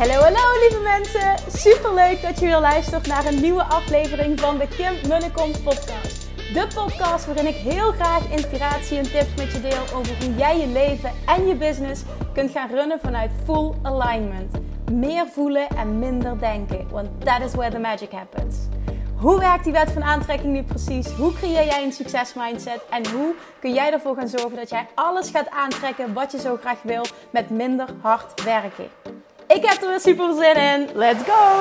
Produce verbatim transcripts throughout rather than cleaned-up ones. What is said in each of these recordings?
Hallo, hallo lieve mensen. Superleuk dat je weer luistert naar een nieuwe aflevering van de Kim Munnekom podcast. De podcast waarin ik heel graag inspiratie en tips met je deel over hoe jij je leven en je business kunt gaan runnen vanuit full alignment. Meer voelen en minder denken, want that is where the magic happens. Hoe werkt die wet van aantrekking nu precies? Hoe creëer jij een succesmindset? En hoe kun jij ervoor gaan zorgen dat jij alles gaat aantrekken wat je zo graag wil met minder hard werken? Ik heb er weer super zin in. Let's go!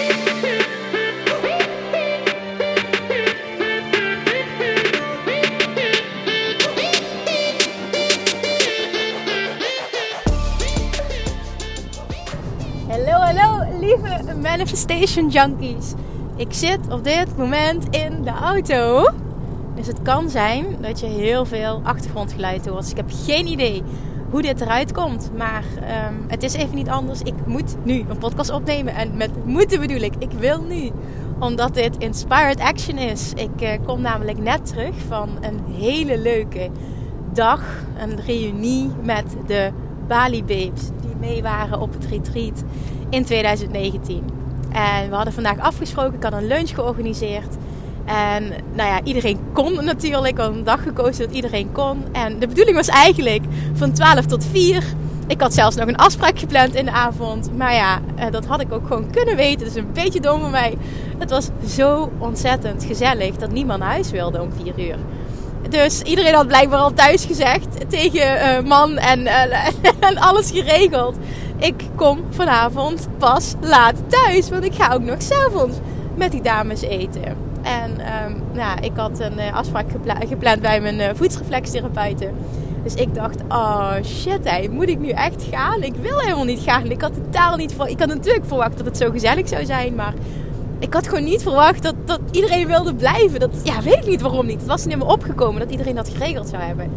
Hallo, hallo lieve manifestation junkies. Ik zit op dit moment in de auto. Dus het kan zijn dat je heel veel achtergrondgeluid hoort. Dus ik heb geen idee hoe dit eruit komt. Maar um, het is even niet anders. Ik moet nu een podcast opnemen. En met moeten bedoel ik, ik wil nu. Omdat dit inspired action is. Ik uh, kom namelijk net terug van een hele leuke dag. Een reunie met de Bali Babes. Die mee waren op het retreat in twintig negentien. En we hadden vandaag afgesproken. Ik had een lunch georganiseerd. En nou ja, iedereen kon natuurlijk. Ik had een dag gekozen dat iedereen kon. En de bedoeling was eigenlijk van twaalf tot vier. Ik had zelfs nog een afspraak gepland in de avond. Maar ja, dat had ik ook gewoon kunnen weten. Dus een beetje dom van mij. Het was zo ontzettend gezellig dat niemand naar huis wilde om vier uur. Dus iedereen had blijkbaar al thuis gezegd tegen uh, man en, uh, en alles geregeld. Ik kom vanavond pas laat thuis. Want ik ga ook nog 's avonds met die dames eten. En um, nou, ik had een uh, afspraak gepla- gepland bij mijn uh, voetsreflextherapeuten. Dus ik dacht, oh shit, hey, moet ik nu echt gaan? Ik wil helemaal niet gaan. Ik had totaal niet voor. Ik had natuurlijk verwacht dat het zo gezellig zou zijn. Maar ik had gewoon niet verwacht dat, dat iedereen wilde blijven. Dat, ja, weet ik niet waarom niet. Het was niet meer opgekomen dat iedereen dat geregeld zou hebben.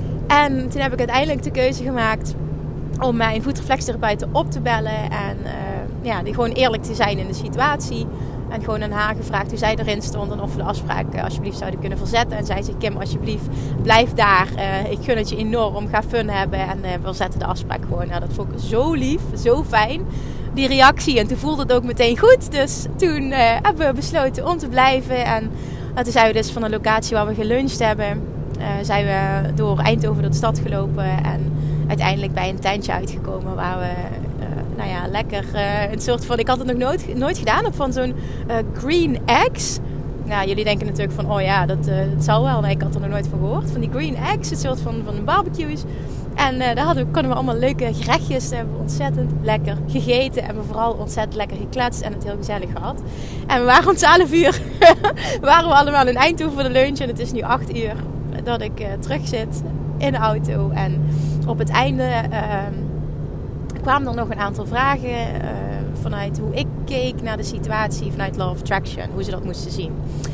En toen heb ik uiteindelijk de keuze gemaakt om mijn voetreflextherapeuten op te bellen. En uh, ja, die gewoon eerlijk te zijn in de situatie. En gewoon aan haar gevraagd hoe zij erin stond. En of we de afspraak uh, alsjeblieft zouden kunnen verzetten. En zij zei, Kim, alsjeblieft, blijf daar. Uh, ik gun het je enorm. Ga fun hebben. En uh, we zetten de afspraak gewoon. Nou, dat vond ik zo lief. Zo fijn. Die reactie. En toen voelde het ook meteen goed. Dus toen uh, hebben we besloten om te blijven. En uh, toen zijn we dus van de locatie waar we geluncht hebben. Uh, zijn we door Eindhoven door de stad gelopen. En uiteindelijk bij een tentje uitgekomen waar we uh, nou ja, lekker uh, een soort van... Ik had het nog nooit, nooit gedaan op van zo'n uh, green eggs. Nou, jullie denken natuurlijk van, oh ja, dat, uh, dat zal wel. Nee, ik had er nog nooit van gehoord. Van die green eggs, een soort van, van barbecues. En uh, daar hadden we, konden we allemaal leuke gerechtjes. Daar hebben we ontzettend lekker gegeten. En we vooral ontzettend lekker gekletst en het heel gezellig gehad. En we waren om twaalf uur waren we allemaal in Eindhoven voor de lunch. En het is nu acht uur dat ik uh, terug zit in de auto. En op het einde uh, kwamen er nog een aantal vragen uh, vanuit hoe ik keek naar de situatie vanuit Law of Attraction. Hoe ze dat moesten zien.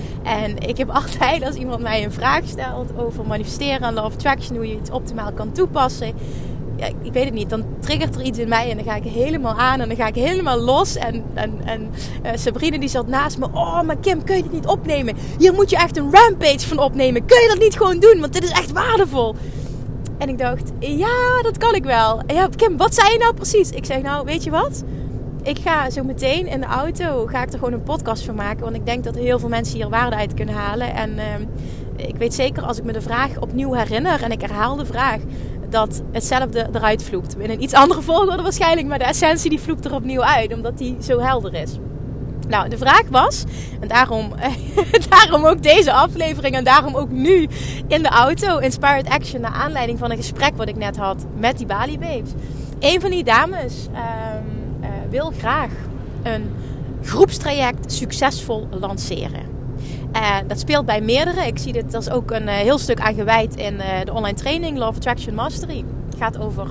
En ik heb altijd, als iemand mij een vraag stelt over manifesteren en Law of Attraction, hoe je het optimaal kan toepassen. Ja, ik weet het niet, dan triggert er iets in mij en dan ga ik helemaal aan en dan ga ik helemaal los. En, en, en uh, Sabrina die zat naast me. Oh, maar Kim, kun je dit niet opnemen? Hier moet je echt een rampage van opnemen. Kun je dat niet gewoon doen? Want dit is echt waardevol. En ik dacht, ja, dat kan ik wel. En ja, Kim, wat zei je nou precies? Ik zeg, nou, weet je wat? Ik ga zo meteen in de auto, ga ik er gewoon een podcast van maken. Want ik denk dat heel veel mensen hier waarde uit kunnen halen. En uh, ik weet zeker, als ik me de vraag opnieuw herinner en ik herhaal de vraag, dat hetzelfde eruit vloept. In een iets andere volgorde waarschijnlijk, maar de essentie die vloept er opnieuw uit. Omdat die zo helder is. Nou, de vraag was, en daarom, daarom ook deze aflevering en daarom ook nu in de auto, Inspired Action, naar aanleiding van een gesprek wat ik net had met die Bali Babes. Een van die dames um, uh, wil graag een groepstraject succesvol lanceren. Uh, dat speelt bij meerdere. Ik zie dit, dat is ook een uh, heel stuk aan gewijd in uh, de online training Law of Attraction Mastery. Het gaat over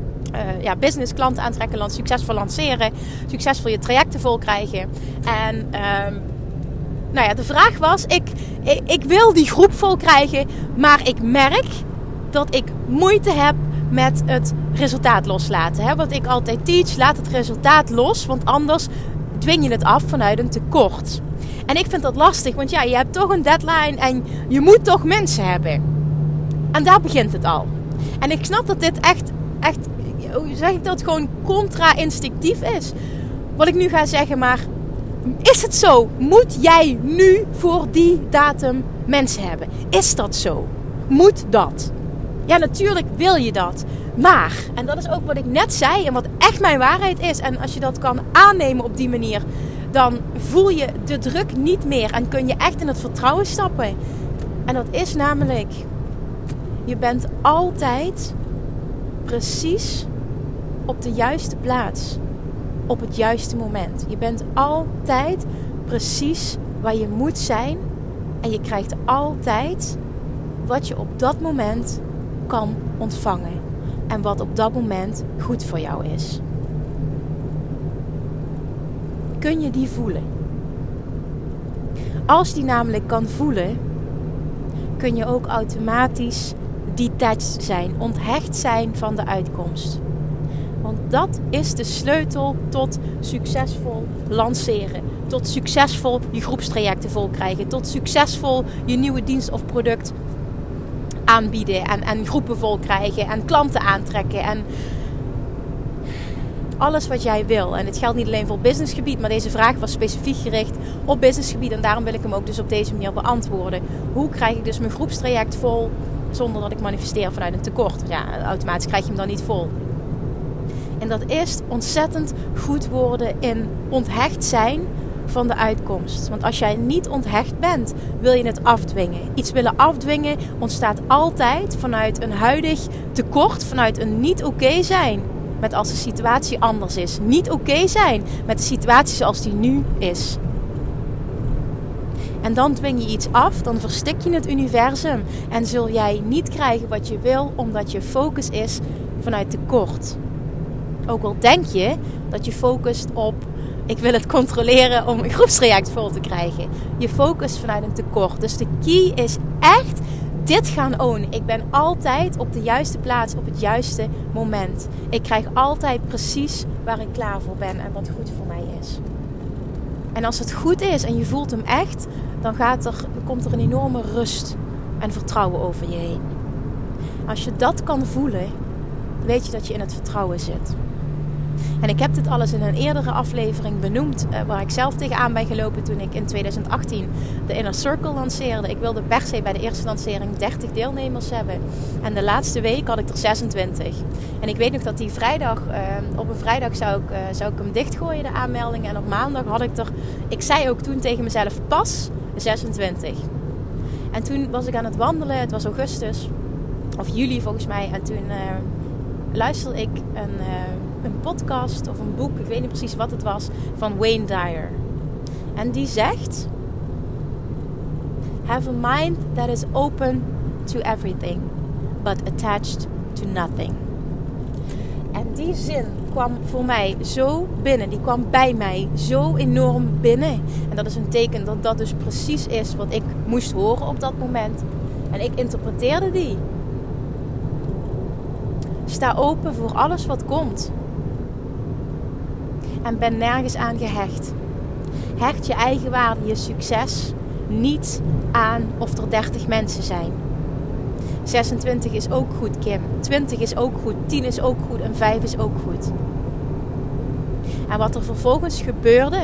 Uh, ja, business, klanten aantrekken, succesvol lanceren, succesvol je trajecten vol krijgen. En um, nou ja, de vraag was, ik, ik, ik wil die groep vol krijgen, maar ik merk dat ik moeite heb met het resultaat loslaten. Hè? Wat ik altijd teach, laat het resultaat los, want anders dwing je het af vanuit een tekort. En ik vind dat lastig, want ja, je hebt toch een deadline en je moet toch mensen hebben. En daar begint het al. En ik snap dat dit echt, echt hoe zeg ik dat, gewoon contra-instinctief is. Wat ik nu ga zeggen, maar is het zo? Moet jij nu voor die datum mensen hebben? Is dat zo? Moet dat? Ja, natuurlijk wil je dat. Maar, en dat is ook wat ik net zei en wat echt mijn waarheid is. En als je dat kan aannemen op die manier, dan voel je de druk niet meer en kun je echt in het vertrouwen stappen. En dat is namelijk, je bent altijd precies op de juiste plaats. Op het juiste moment. Je bent altijd precies waar je moet zijn. En je krijgt altijd wat je op dat moment kan ontvangen. En wat op dat moment goed voor jou is. Kun je die voelen? Als die namelijk kan voelen, kun je ook automatisch detached zijn. Onthecht zijn van de uitkomst. Want dat is de sleutel tot succesvol lanceren. Tot succesvol je groepstrajecten vol krijgen. Tot succesvol je nieuwe dienst of product aanbieden. En, en groepen vol krijgen. En klanten aantrekken. En alles wat jij wil. En het geldt niet alleen voor businessgebied. Maar deze vraag was specifiek gericht op businessgebied. En daarom wil ik hem ook dus op deze manier beantwoorden. Hoe krijg ik dus mijn groepstraject vol zonder dat ik manifesteer vanuit een tekort? Ja, automatisch krijg je hem dan niet vol. En dat is ontzettend goed worden in onthecht zijn van de uitkomst. Want als jij niet onthecht bent, wil je het afdwingen. Iets willen afdwingen ontstaat altijd vanuit een huidig tekort, vanuit een niet oké zijn met als de situatie anders is. Niet oké zijn met de situatie zoals die nu is. En dan dwing je iets af, dan verstik je het universum en zul jij niet krijgen wat je wil, omdat je focus is vanuit tekort. Ook al denk je dat je focust op, ik wil het controleren om een groepstraject vol te krijgen. Je focust vanuit een tekort. Dus de key is echt dit gaan ownen. Ik ben altijd op de juiste plaats, op het juiste moment. Ik krijg altijd precies waar ik klaar voor ben en wat goed voor mij is. En als het goed is en je voelt hem echt, dan, gaat er, dan komt er een enorme rust en vertrouwen over je heen. Als je dat kan voelen, weet je dat je in het vertrouwen zit. En ik heb dit alles in een eerdere aflevering benoemd, uh, waar ik zelf tegenaan ben gelopen toen ik in twintig achttien de Inner Circle lanceerde. Ik wilde per se bij de eerste lancering dertig deelnemers hebben. En de laatste week had ik er zesentwintig. En ik weet nog dat die vrijdag, uh, op een vrijdag zou ik, uh, zou ik hem dichtgooien, de aanmelding. En op maandag had ik er, ik zei ook toen tegen mezelf, pas zesentwintig. En toen was ik aan het wandelen, het was augustus, of juli volgens mij. En toen uh, luisterde ik een... Uh, een podcast of een boek, ik weet niet precies wat het was, van Wayne Dyer. En die zegt: have a mind that is open to everything, but attached to nothing. En die zin kwam voor mij zo binnen, die kwam bij mij zo enorm binnen. En dat is een teken dat dat dus precies is wat ik moest horen op dat moment. En ik interpreteerde die. Sta open voor alles wat komt. En ben nergens aan gehecht. Hecht je eigen waarde, je succes niet aan of er dertig mensen zijn. zesentwintig is ook goed, Kim. twintig is ook goed. tien is ook goed. En vijf is ook goed. En wat er vervolgens gebeurde,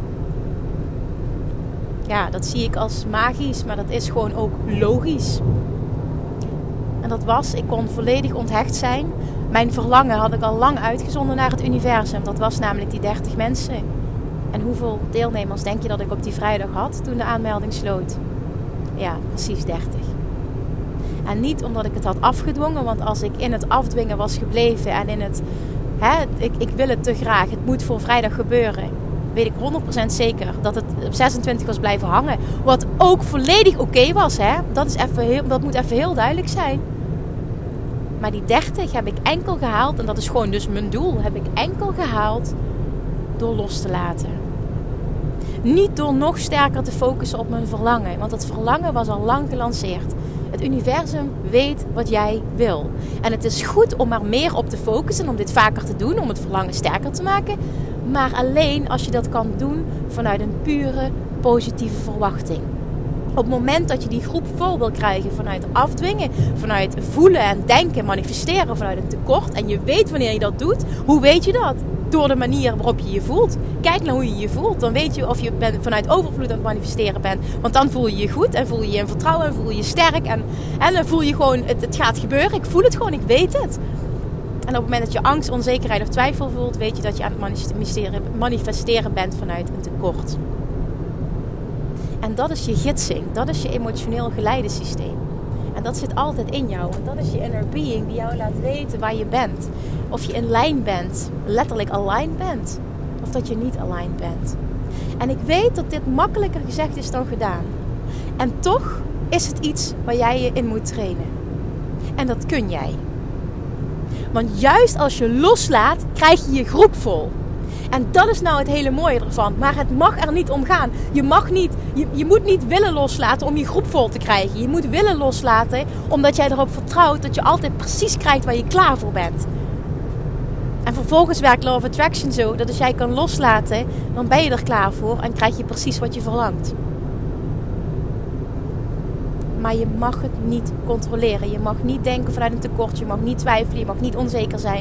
ja, dat zie ik als magisch. Maar dat is gewoon ook logisch. En dat was, ik kon volledig onthecht zijn. Mijn verlangen had ik al lang uitgezonden naar het universum. Dat was namelijk die dertig mensen. En hoeveel deelnemers denk je dat ik op die vrijdag had toen de aanmelding sloot? Ja, precies dertig. En niet omdat ik het had afgedwongen. Want als ik in het afdwingen was gebleven en in het... Hè, ik, ik wil het te graag, het moet voor vrijdag gebeuren. Weet ik honderd procent zeker dat het op zesentwintig was blijven hangen. Wat ook volledig oké okay was. Hè? Dat, is even heel, dat moet even heel duidelijk zijn. Maar die dertig heb ik enkel gehaald. En dat is gewoon dus mijn doel. Heb ik enkel gehaald door los te laten. Niet door nog sterker te focussen op mijn verlangen. Want dat verlangen was al lang gelanceerd. Het universum weet wat jij wil. En het is goed om er meer op te focussen. Om dit vaker te doen. Om het verlangen sterker te maken. Maar alleen als je dat kan doen vanuit een pure positieve verwachting. Op het moment dat je die groep vol wil krijgen vanuit afdwingen, vanuit voelen en denken, manifesteren vanuit een tekort. En je weet wanneer je dat doet. Hoe weet je dat? Door de manier waarop je je voelt. Kijk naar hoe je je voelt. Dan weet je of je ben, vanuit overvloed aan het manifesteren bent. Want dan voel je je goed en voel je je in vertrouwen en voel je je sterk. En, en dan voel je gewoon, het, het gaat gebeuren. Ik voel het gewoon, ik weet het. En op het moment dat je angst, onzekerheid of twijfel voelt, weet je dat je aan het manifesteren, manifesteren bent vanuit een tekort. En dat is je gidsing. Dat is je emotioneel geleidesysteem. En dat zit altijd in jou. En dat is je inner being die jou laat weten waar je bent. Of je in lijn bent. Letterlijk aligned bent. Of dat je niet aligned bent. En ik weet dat dit makkelijker gezegd is dan gedaan. En toch is het iets waar jij je in moet trainen. En dat kun jij. Want juist als je loslaat, krijg je je groep vol. En dat is nou het hele mooie ervan. Maar het mag er niet om gaan. Je mag niet, je, je moet niet willen loslaten om je groep vol te krijgen. Je moet willen loslaten omdat jij erop vertrouwt dat je altijd precies krijgt waar je klaar voor bent. En vervolgens werkt Law of Attraction zo dat als jij kan loslaten, dan ben je er klaar voor en krijg je precies wat je verlangt. Maar je mag het niet controleren. Je mag niet denken vanuit een tekort. Je mag niet twijfelen. Je mag niet onzeker zijn.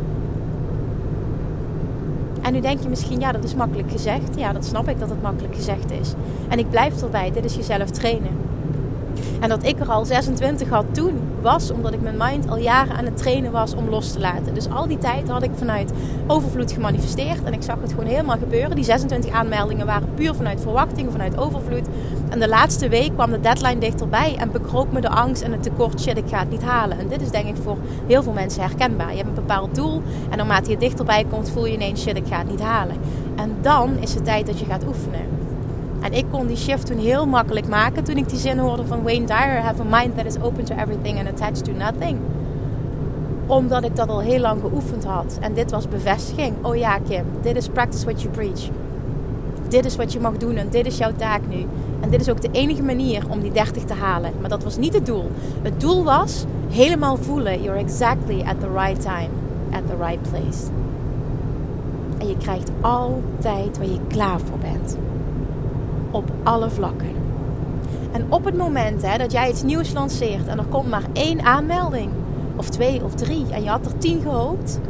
En nu denk je misschien, ja, dat is makkelijk gezegd. Ja, dat snap ik dat het makkelijk gezegd is. En ik blijf erbij, dit is jezelf trainen. En dat ik er al zesentwintig had toen, was omdat ik mijn mind al jaren aan het trainen was om los te laten. Dus al die tijd had ik vanuit overvloed gemanifesteerd. En ik zag het gewoon helemaal gebeuren. Die zesentwintig aanmeldingen waren puur vanuit verwachting, vanuit overvloed. En de laatste week kwam de deadline dichterbij en bekroop me de angst en het tekort. Shit, ik ga het niet halen. En dit is denk ik voor heel veel mensen herkenbaar. Je hebt een bepaald doel en naarmate je dichterbij komt voel je ineens, shit, ik ga het niet halen. En dan is het tijd dat je gaat oefenen. En ik kon die shift toen heel makkelijk maken toen ik die zin hoorde van Wayne Dyer. Have a mind that is open to everything and attached to nothing. Omdat ik dat al heel lang geoefend had. En dit was bevestiging. Oh ja, Kim, dit is practice what you preach. Dit is wat je mag doen en dit is jouw taak nu. En dit is ook de enige manier om die dertig te halen. Maar dat was niet het doel. Het doel was helemaal voelen. You're exactly at the right time. At the right place. En je krijgt altijd waar je klaar voor bent. Op alle vlakken. En op het moment hè, dat jij iets nieuws lanceert en er komt maar één aanmelding, of twee of drie, en je had er tien gehoopt,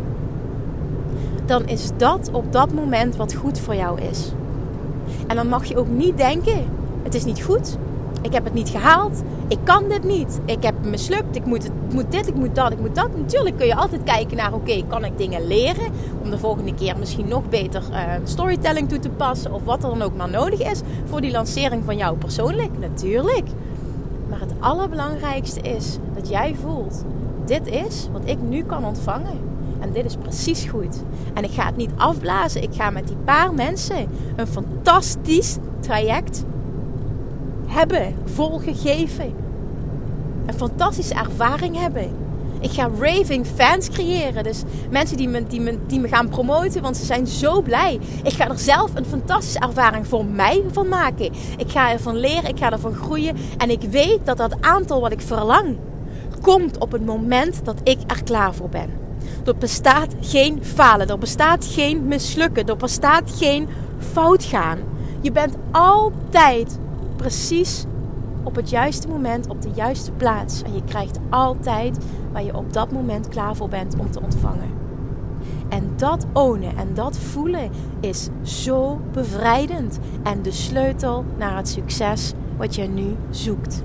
dan is dat op dat moment wat goed voor jou is. En dan mag je ook niet denken, het is niet goed, ik heb het niet gehaald, ik kan dit niet, ik heb het mislukt, ik moet, het, ik moet dit, ik moet dat, ik moet dat. Natuurlijk kun je altijd kijken naar, oké, okay, kan ik dingen leren om de volgende keer misschien nog beter uh, storytelling toe te passen of wat er dan ook maar nodig is voor die lancering van jou persoonlijk, natuurlijk. Maar het allerbelangrijkste is dat jij voelt, dit is wat ik nu kan ontvangen. En dit is precies goed. En ik ga het niet afblazen. Ik ga met die paar mensen een fantastisch traject hebben, volgegeven. Een fantastische ervaring hebben. Ik ga raving fans creëren. Dus mensen die me, die, me, die me gaan promoten, want ze zijn zo blij. Ik ga er zelf een fantastische ervaring voor mij van maken. Ik ga ervan leren, ik ga ervan groeien. En ik weet dat dat aantal wat ik verlang komt op het moment dat ik er klaar voor ben. Er bestaat geen falen, er bestaat geen mislukken, er bestaat geen fout gaan. Je bent altijd precies op het juiste moment, op de juiste plaats. En je krijgt altijd waar je op dat moment klaar voor bent om te ontvangen. En dat ownen en dat voelen is zo bevrijdend. En de sleutel naar het succes wat je nu zoekt.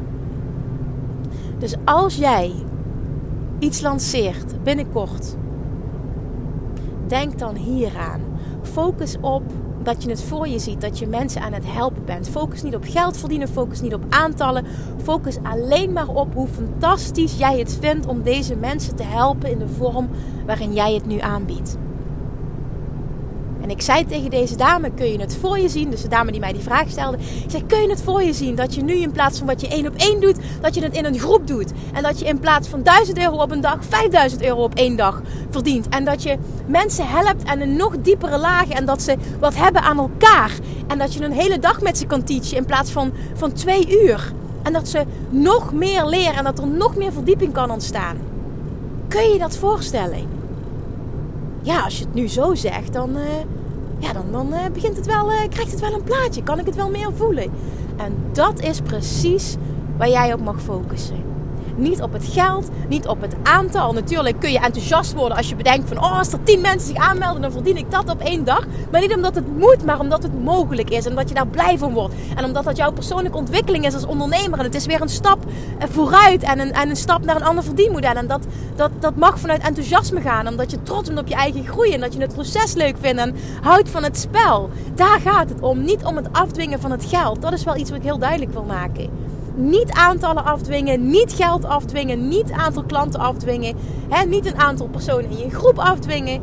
Dus als jij iets lanceert binnenkort, denk dan hieraan. Focus op dat je het voor je ziet, dat je mensen aan het helpen bent. Focus niet op geld verdienen, focus niet op aantallen. Focus alleen maar op hoe fantastisch jij het vindt om deze mensen te helpen in de vorm waarin jij het nu aanbiedt. En ik zei tegen deze dame, kun je het voor je zien? Dus de dame die mij die vraag stelde. Ik zei, kun je het voor je zien? Dat je nu in plaats van wat je één op één doet, dat je het in een groep doet. En dat je in plaats van duizend euro op een dag, vijfduizend euro op één dag verdient. En dat je mensen helpt en een nog diepere laag. En dat ze wat hebben aan elkaar. En dat je een hele dag met ze kan teachen in plaats van, van twee uur. En dat ze nog meer leren en dat er nog meer verdieping kan ontstaan. Kun je dat voorstellen? Ja, als je het nu zo zegt, dan, uh, ja, dan, dan uh, begint het wel, uh, krijgt het wel een plaatje. Kan ik het wel meer voelen. En dat is precies waar jij op mag focussen. Niet op het geld, niet op het aantal. Natuurlijk kun je enthousiast worden als je bedenkt van... oh, als er tien mensen zich aanmelden, dan verdien ik dat op één dag. Maar niet omdat het moet, maar omdat het mogelijk is. En omdat je daar blij van wordt. En omdat dat jouw persoonlijke ontwikkeling is als ondernemer. En het is weer een stap vooruit en een, en een stap naar een ander verdienmodel. En dat, dat, dat mag vanuit enthousiasme gaan. Omdat je trots bent op je eigen groei. En dat je het proces leuk vindt en houdt van het spel. Daar gaat het om. Niet om het afdwingen van het geld. Dat is wel iets wat ik heel duidelijk wil maken. Niet aantallen afdwingen, niet geld afdwingen, niet aantal klanten afdwingen. Hè, niet een aantal personen in je groep afdwingen.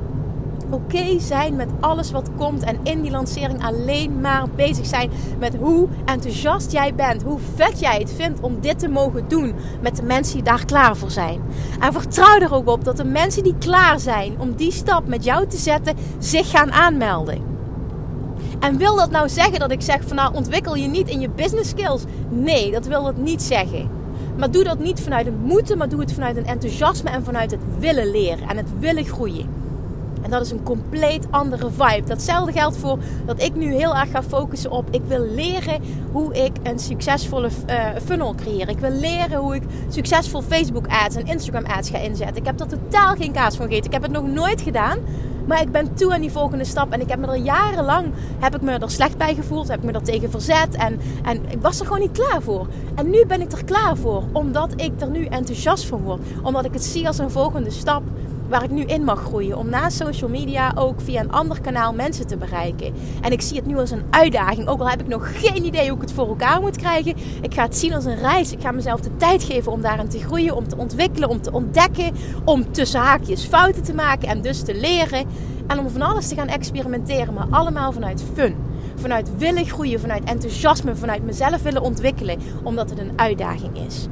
Oké okay zijn met alles wat komt en in die lancering alleen maar bezig zijn met hoe enthousiast jij bent. Hoe vet jij het vindt om dit te mogen doen met de mensen die daar klaar voor zijn. En vertrouw er ook op dat de mensen die klaar zijn om die stap met jou te zetten zich gaan aanmelden. En wil dat nou zeggen dat ik zeg van nou ontwikkel je niet in je business skills? Nee, dat wil dat niet zeggen. Maar doe dat niet vanuit een moeten, maar doe het vanuit een enthousiasme en vanuit het willen leren en het willen groeien. En dat is een compleet andere vibe. Datzelfde geldt voor dat ik nu heel erg ga focussen op... ik wil leren hoe ik een succesvolle uh, funnel creëer. Ik wil leren hoe ik succesvol Facebook ads en Instagram ads ga inzetten. Ik heb er totaal geen kaas van gegeten. Ik heb het nog nooit gedaan. Maar ik ben toe aan die volgende stap. En ik heb me er jarenlang heb ik me er slecht bij gevoeld. Heb ik me er tegen verzet. En, en ik was er gewoon niet klaar voor. En nu ben ik er klaar voor. Omdat ik er nu enthousiast van word. Omdat ik het zie als een volgende stap waar ik nu in mag groeien. Om naast social media ook via een ander kanaal mensen te bereiken. En ik zie het nu als een uitdaging. Ook al heb ik nog geen idee hoe ik het voor elkaar moet krijgen. Ik ga het zien als een reis. Ik ga mezelf de tijd geven om daarin te groeien. Om te ontwikkelen. Om te ontdekken. Om tussen haakjes fouten te maken. En dus te leren. En om van alles te gaan experimenteren. Maar allemaal vanuit fun. Vanuit willen groeien. Vanuit enthousiasme. Vanuit mezelf willen ontwikkelen. Omdat het een uitdaging is.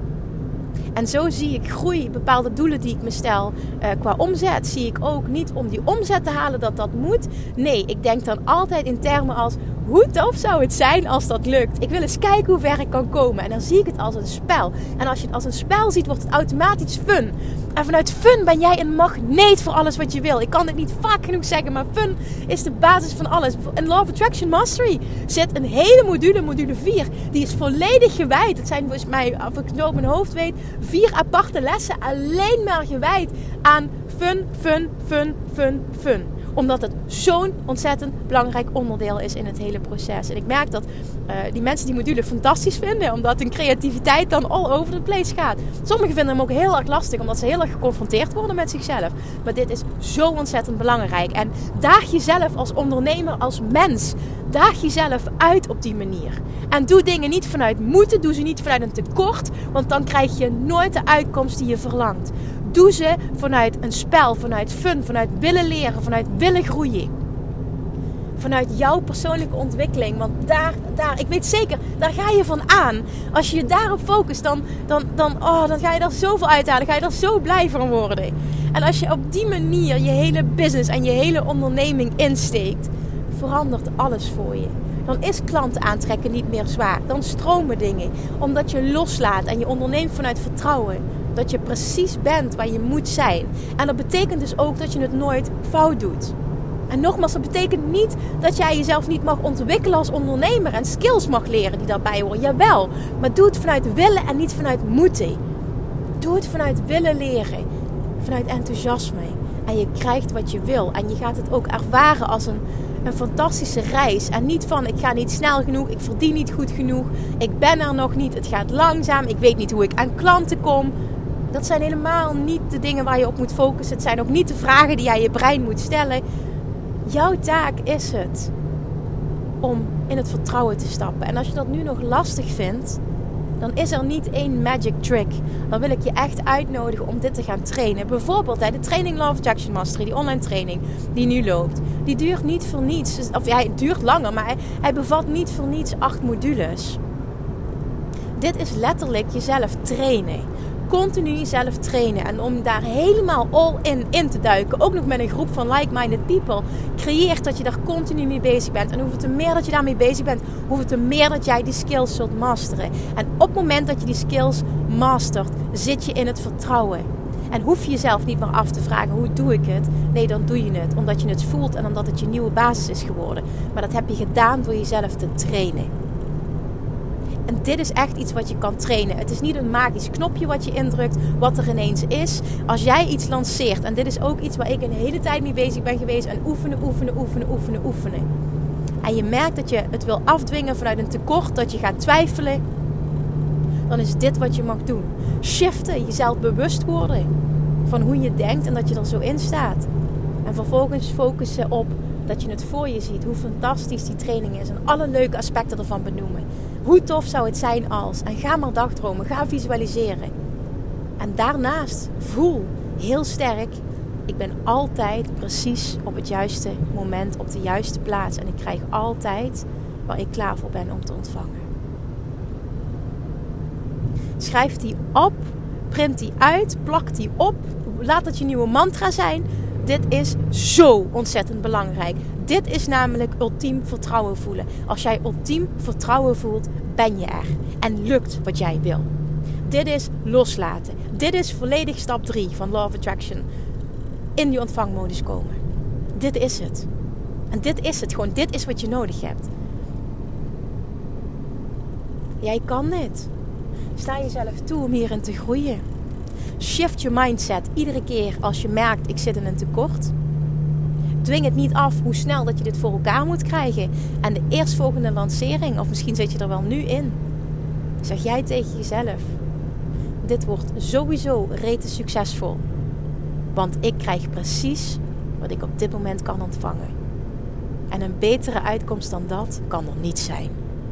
En zo zie ik groei, bepaalde doelen die ik me stel uh, qua omzet. Zie ik ook niet om die omzet te halen dat dat moet. Nee, ik denk dan altijd in termen als... hoe tof zou het zijn als dat lukt? Ik wil eens kijken hoe ver ik kan komen. En dan zie ik het als een spel. En als je het als een spel ziet, wordt het automatisch fun. En vanuit fun ben jij een magneet voor alles wat je wil. Ik kan het niet vaak genoeg zeggen, maar fun is de basis van alles. In Law of Attraction Mastery zit een hele module, module vier. Die is volledig gewijd. Het zijn volgens mij, als ik het zo op mijn hoofd weet, vier aparte lessen alleen maar gewijd aan fun, fun, fun, fun, fun. Omdat het zo'n ontzettend belangrijk onderdeel is in het hele proces. En ik merk dat uh, die mensen die module fantastisch vinden. Omdat hun creativiteit dan all over the place gaat. Sommigen vinden hem ook heel erg lastig. Omdat ze heel erg geconfronteerd worden met zichzelf. Maar dit is zo ontzettend belangrijk. En daag jezelf als ondernemer, als mens. Daag jezelf uit op die manier. En doe dingen niet vanuit moeten. Doe ze niet vanuit een tekort. Want dan krijg je nooit de uitkomst die je verlangt. Doe ze vanuit een spel, vanuit fun, vanuit willen leren, vanuit willen groeien. Vanuit jouw persoonlijke ontwikkeling. Want daar, daar, ik weet zeker, daar ga je van aan. Als je je daarop focust, dan, dan, dan, oh, dan ga je er zoveel uithalen. Ga je er zo blij van worden. En als je op die manier je hele business en je hele onderneming insteekt, verandert alles voor je. Dan is klanten aantrekken niet meer zwaar. Dan stromen dingen. Omdat je loslaat en je onderneemt vanuit vertrouwen. Dat je precies bent waar je moet zijn. En dat betekent dus ook dat je het nooit fout doet. En nogmaals, dat betekent niet dat jij jezelf niet mag ontwikkelen als ondernemer. En skills mag leren die daarbij horen. Jawel, maar doe het vanuit willen en niet vanuit moeten. Doe het vanuit willen leren. Vanuit enthousiasme. En je krijgt wat je wil. En je gaat het ook ervaren als een, een fantastische reis. En niet van, ik ga niet snel genoeg. Ik verdien niet goed genoeg. Ik ben er nog niet. Het gaat langzaam. Ik weet niet hoe ik aan klanten kom. Dat zijn helemaal niet de dingen waar je op moet focussen. Het zijn ook niet de vragen die jij je brein moet stellen. Jouw taak is het om in het vertrouwen te stappen. En als je dat nu nog lastig vindt, dan is er niet één magic trick. Dan wil ik je echt uitnodigen om dit te gaan trainen. Bijvoorbeeld de training Law of Attraction Mastery, die online training die nu loopt. Die duurt niet voor niets. Of ja, het duurt langer, maar hij, hij bevat niet voor niets acht modules. Dit is letterlijk jezelf trainen. Continu jezelf trainen. En om daar helemaal all in in te duiken. Ook nog met een groep van like-minded people. Creëert dat je daar continu mee bezig bent. En hoeveel te meer dat je daarmee bezig bent. Hoeveel te meer dat jij die skills zult masteren. En op het moment dat je die skills mastert. Zit je in het vertrouwen. En hoef je jezelf niet meer af te vragen. Hoe doe ik het? Nee, dan doe je het. Omdat je het voelt. En omdat het je nieuwe basis is geworden. Maar dat heb je gedaan door jezelf te trainen. En dit is echt iets wat je kan trainen. Het is niet een magisch knopje wat je indrukt, wat er ineens is. Als jij iets lanceert, en dit is ook iets waar ik een hele tijd mee bezig ben geweest. En oefenen, oefenen, oefenen, oefenen, oefenen. En je merkt dat je het wil afdwingen vanuit een tekort, dat je gaat twijfelen. Dan is dit wat je mag doen. Shiften, jezelf bewust worden van hoe je denkt en dat je er zo in staat. En vervolgens focussen op dat je het voor je ziet. Hoe fantastisch die training is. En alle leuke aspecten ervan benoemen. Hoe tof zou het zijn als. En ga maar dagdromen. Ga visualiseren. En daarnaast voel heel sterk. Ik ben altijd precies op het juiste moment. Op de juiste plaats. En ik krijg altijd waar ik klaar voor ben om te ontvangen. Schrijf die op. Print die uit. Plak die op. Laat het je nieuwe mantra zijn. Dit is zo ontzettend belangrijk. Dit is namelijk ultiem vertrouwen voelen. Als jij ultiem vertrouwen voelt, ben je er. En lukt wat jij wil. Dit is loslaten. Dit is volledig stap drie van Law of Attraction. In die ontvangmodus komen. Dit is het. En dit is het gewoon. Dit is wat je nodig hebt. Jij kan dit. Sta jezelf toe om hierin te groeien. Shift je mindset iedere keer als je merkt ik zit in een tekort. Dwing het niet af hoe snel dat je dit voor elkaar moet krijgen. En de eerstvolgende lancering, of misschien zit je er wel nu in, zeg jij tegen jezelf: dit wordt sowieso rete succesvol. Want ik krijg precies wat ik op dit moment kan ontvangen. En een betere uitkomst dan dat kan er niet zijn.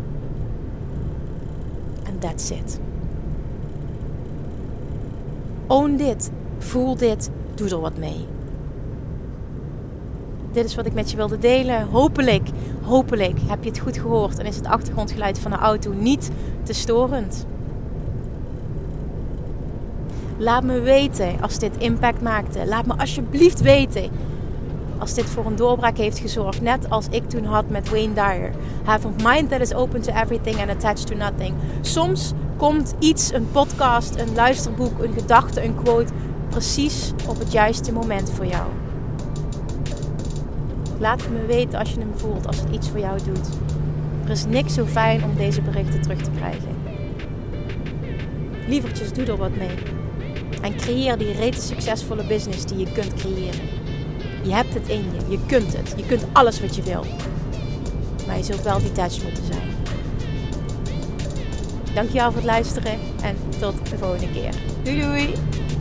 En that's it. Own dit, voel dit, doe er wat mee. Dit is wat ik met je wilde delen. Hopelijk, hopelijk heb je het goed gehoord en is het achtergrondgeluid van de auto niet te storend. Laat me weten als dit impact maakte. Laat me alsjeblieft weten als dit voor een doorbraak heeft gezorgd. Net als ik toen had met Wayne Dyer. Have a mind that is open to everything and attached to nothing. Soms komt iets, een podcast, een luisterboek, een gedachte, een quote precies op het juiste moment voor jou. Laat het me weten als je hem voelt, als het iets voor jou doet. Er is niks zo fijn om deze berichten terug te krijgen. Lievertjes, doe er wat mee. En creëer die rete succesvolle business die je kunt creëren. Je hebt het in je, je kunt het. Je kunt alles wat je wil. Maar je zult wel detached moeten zijn. Dankjewel voor het luisteren en tot de volgende keer. Doei doei!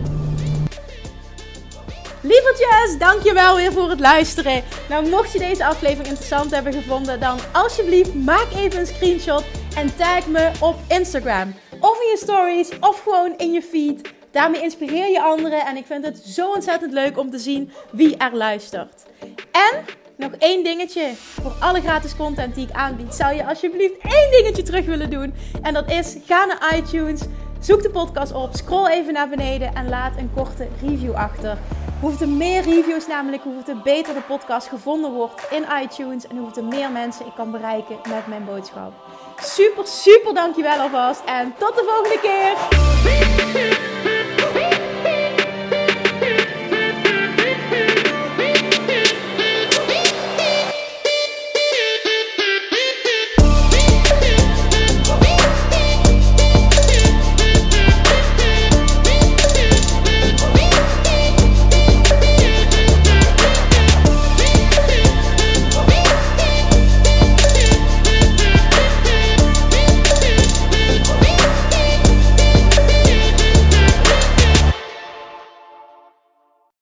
Lievertjes, dankjewel weer voor het luisteren. Nou, mocht je deze aflevering interessant hebben gevonden, dan alsjeblieft maak even een screenshot en tag me op Instagram. Of in je stories, of gewoon in je feed. Daarmee inspireer je anderen en ik vind het zo ontzettend leuk om te zien wie er luistert. En nog één dingetje. Voor alle gratis content die ik aanbied, zou je alsjeblieft één dingetje terug willen doen. En dat is, ga naar iTunes, zoek de podcast op, scroll even naar beneden en laat een korte review achter. Hoeveel meer reviews namelijk, hoeveel beter de podcast gevonden wordt in iTunes. En hoeveel meer mensen ik kan bereiken met mijn boodschap. Super, super dankjewel alvast. En tot de volgende keer.